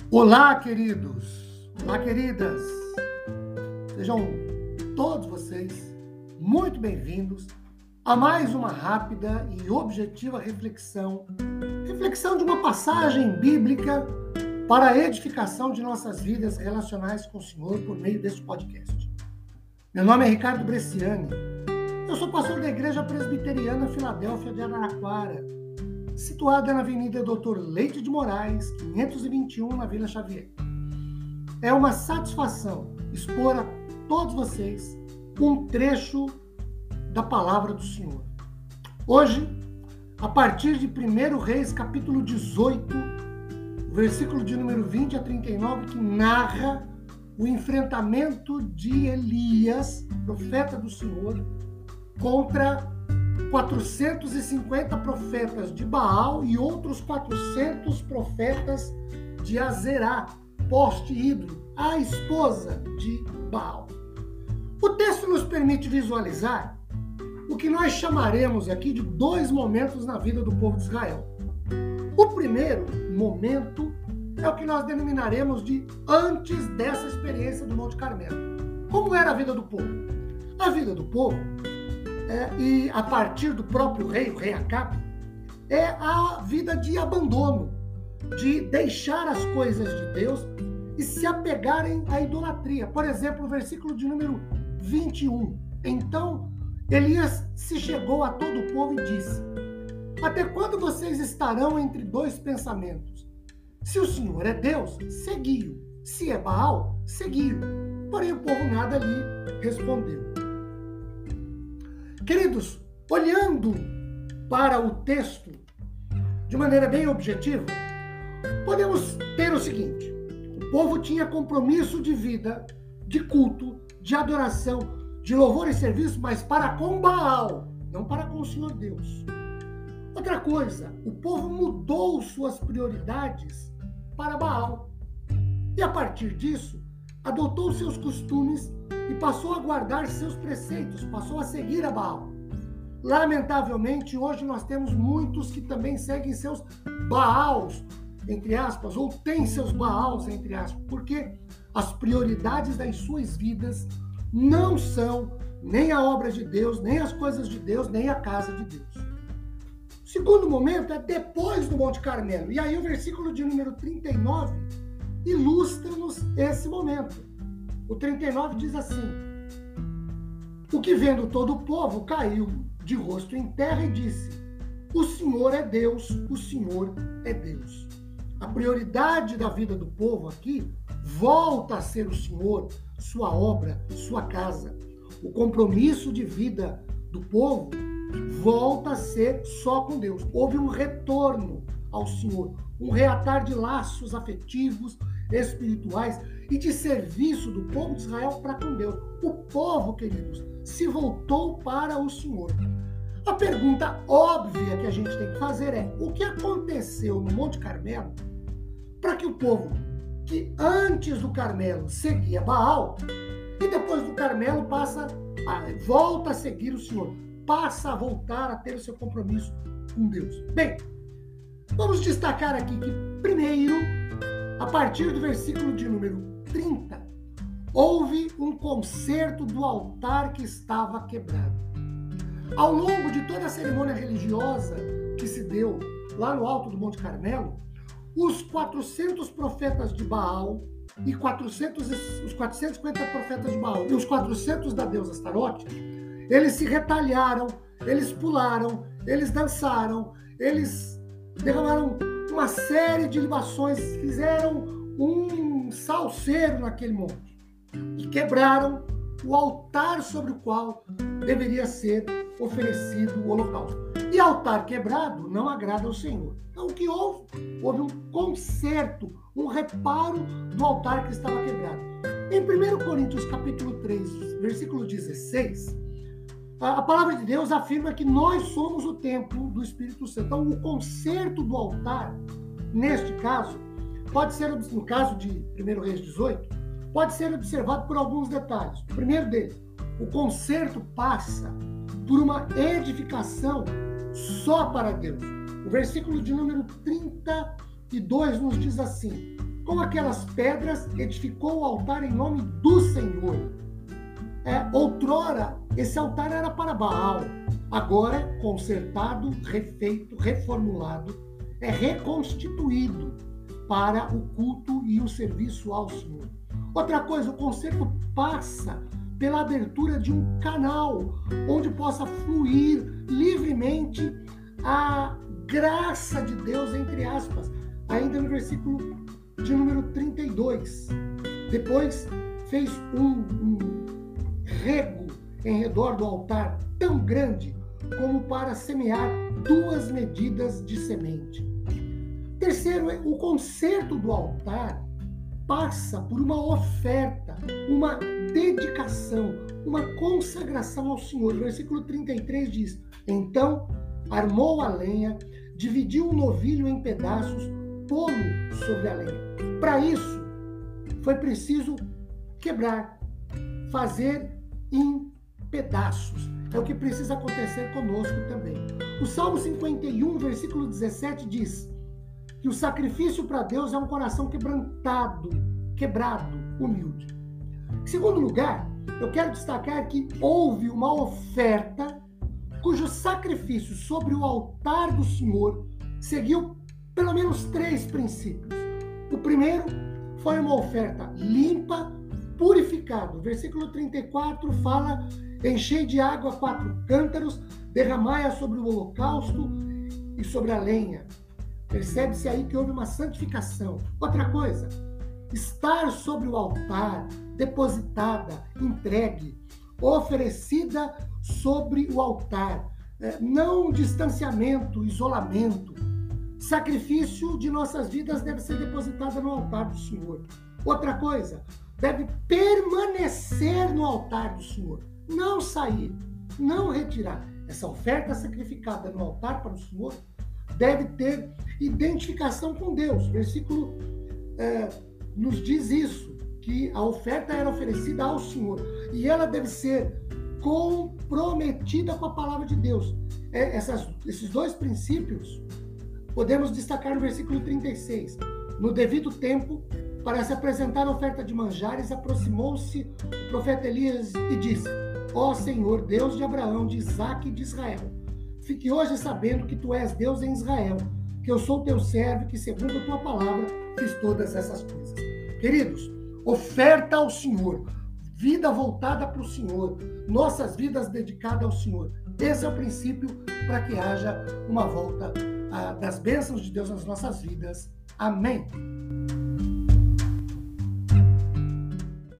Olá, queridos! Olá, queridas! Sejam todos vocês muito bem-vindos a mais uma rápida e objetiva reflexão de uma passagem bíblica para a edificação de nossas vidas relacionais com o Senhor por meio deste podcast. Meu nome é Ricardo Bresciani. Eu sou pastor da Igreja Presbiteriana Filadélfia de Araraquara, situada na Avenida Dr. Leite de Moraes, 521, na Vila Xavier. É uma satisfação expor a todos vocês um trecho da palavra do Senhor. Hoje, a partir de 1 Reis, capítulo 18, versículo de número 20 a 39, que narra o enfrentamento de Elias, profeta do Senhor, contra 450 profetas de Baal e outros 400 profetas de Azerá, poste ídolo, a esposa de Baal. O texto nos permite visualizar o que nós chamaremos aqui de dois momentos na vida do povo de Israel. O primeiro momento é o que nós denominaremos de antes dessa experiência do Monte Carmelo. Como era a vida do povo? A vida do povo e a partir do próprio rei, o rei Acabe, é a vida de abandono, de deixar as coisas de Deus e se apegarem à idolatria. Por exemplo, o versículo de número 21. Então, Elias se chegou a todo o povo e disse: até quando vocês estarão entre dois pensamentos? Se o Senhor é Deus, segui-o. Se é Baal, segui-o. Porém, o povo nada lhe respondeu. Queridos, olhando para o texto de maneira bem objetiva, podemos ter o seguinte: o povo tinha compromisso de vida, de culto, de adoração, de louvor e serviço, mas para com Baal, não para com o Senhor Deus. Outra coisa, o povo mudou suas prioridades para Baal. E a partir disso, adotou seus costumes e passou a guardar seus preceitos, passou a seguir a Baal. Lamentavelmente, hoje nós temos muitos que também seguem seus Baals, entre aspas, ou têm seus Baals, entre aspas, porque as prioridades das suas vidas não são nem a obra de Deus, nem as coisas de Deus, nem a casa de Deus. O segundo momento é depois do Monte Carmelo. E aí o versículo de número 39 ilustra-nos esse momento. O 39 diz assim: o que vendo todo o povo caiu de rosto em terra e disse: o Senhor é Deus, o Senhor é Deus. A prioridade da vida do povo aqui volta a ser o Senhor, sua obra, sua casa. O compromisso de vida do povo volta a ser só com Deus. Houve um retorno ao Senhor, um reatar de laços afetivos, espirituais e de serviço do povo de Israel para com Deus. O povo, queridos, se voltou para o Senhor. A pergunta óbvia que a gente tem que fazer é: o que aconteceu no Monte Carmelo para que o povo que antes do Carmelo seguia Baal e depois do Carmelo volta a seguir o Senhor, passa a voltar a ter o seu compromisso com Deus? Bem, vamos destacar aqui que, primeiro, a partir do versículo de número 30, houve um conserto do altar que estava quebrado. Ao longo de toda a cerimônia religiosa que se deu lá no alto do Monte Carmelo, os 400 profetas de Baal e os 450 profetas de Baal e os 400 da deusa Astarote, eles se retalharam, eles pularam, eles dançaram, eles derramaram uma série de libações, fizeram um salseiro naquele monte e quebraram o altar sobre o qual deveria ser oferecido o holocausto. E altar quebrado não agrada ao Senhor. Então o que houve? Houve um conserto, um reparo do altar que estava quebrado. Em 1 Coríntios capítulo 3, versículo 16, a palavra de Deus afirma que nós somos o templo do Espírito Santo. Então o conserto do altar, neste caso, pode ser, no caso de 1 Reis 18, pode ser observado por alguns detalhes. O primeiro deles, o conserto passa por uma edificação só para Deus. O versículo de número 32 nos diz assim: Com aquelas pedras, edificou o altar em nome do Senhor. Outrora, esse altar era para Baal. Agora, consertado, refeito, reformulado, é reconstituído para o culto e o serviço ao Senhor. Outra coisa, o conserto passa pela abertura de um canal onde possa fluir livremente a graça de Deus, entre aspas, ainda no versículo de número 32. Depois fez um rego em redor do altar tão grande como para semear 2 medidas de semente. Terceiro, o conserto do altar passa por uma oferta, uma dedicação, uma consagração ao Senhor. O versículo 33 diz: então armou a lenha, dividiu o novilho em pedaços, pô-lo sobre a lenha. Para isso, foi preciso quebrar, fazer em pedaços. É o que precisa acontecer conosco também. O Salmo 51, versículo 17 diz que o sacrifício para Deus é um coração quebrado, humilde. Em segundo lugar, eu quero destacar que houve uma oferta cujo sacrifício sobre o altar do Senhor seguiu pelo menos 3 princípios. O primeiro foi uma oferta limpa, purificada. O versículo 34 fala: enchei de água 4 cântaros, derramai-a sobre o holocausto e sobre a lenha. Percebe-se aí que houve uma santificação. Outra coisa, estar sobre o altar, depositada, entregue, oferecida sobre o altar. Não distanciamento, isolamento. Sacrifício de nossas vidas deve ser depositada no altar do Senhor. Outra coisa, deve permanecer no altar do Senhor. Não sair, não retirar. Essa oferta sacrificada no altar para o Senhor deve ter identificação com Deus. O versículo nos diz isso, que a oferta era oferecida ao Senhor e ela deve ser comprometida com a palavra de Deus. Esses 2 princípios podemos destacar no versículo 36. No devido tempo, para se apresentar a oferta de manjares, aproximou-se o profeta Elias e disse: ó Senhor, Deus de Abraão, de Isaque e de Israel, fique hoje sabendo que tu és Deus em Israel, que eu sou teu servo, que segundo a tua palavra fiz todas essas coisas. Queridos, oferta ao Senhor, vida voltada para o Senhor, nossas vidas dedicadas ao Senhor. Esse é o princípio para que haja uma volta das bênçãos de Deus nas nossas vidas. Amém.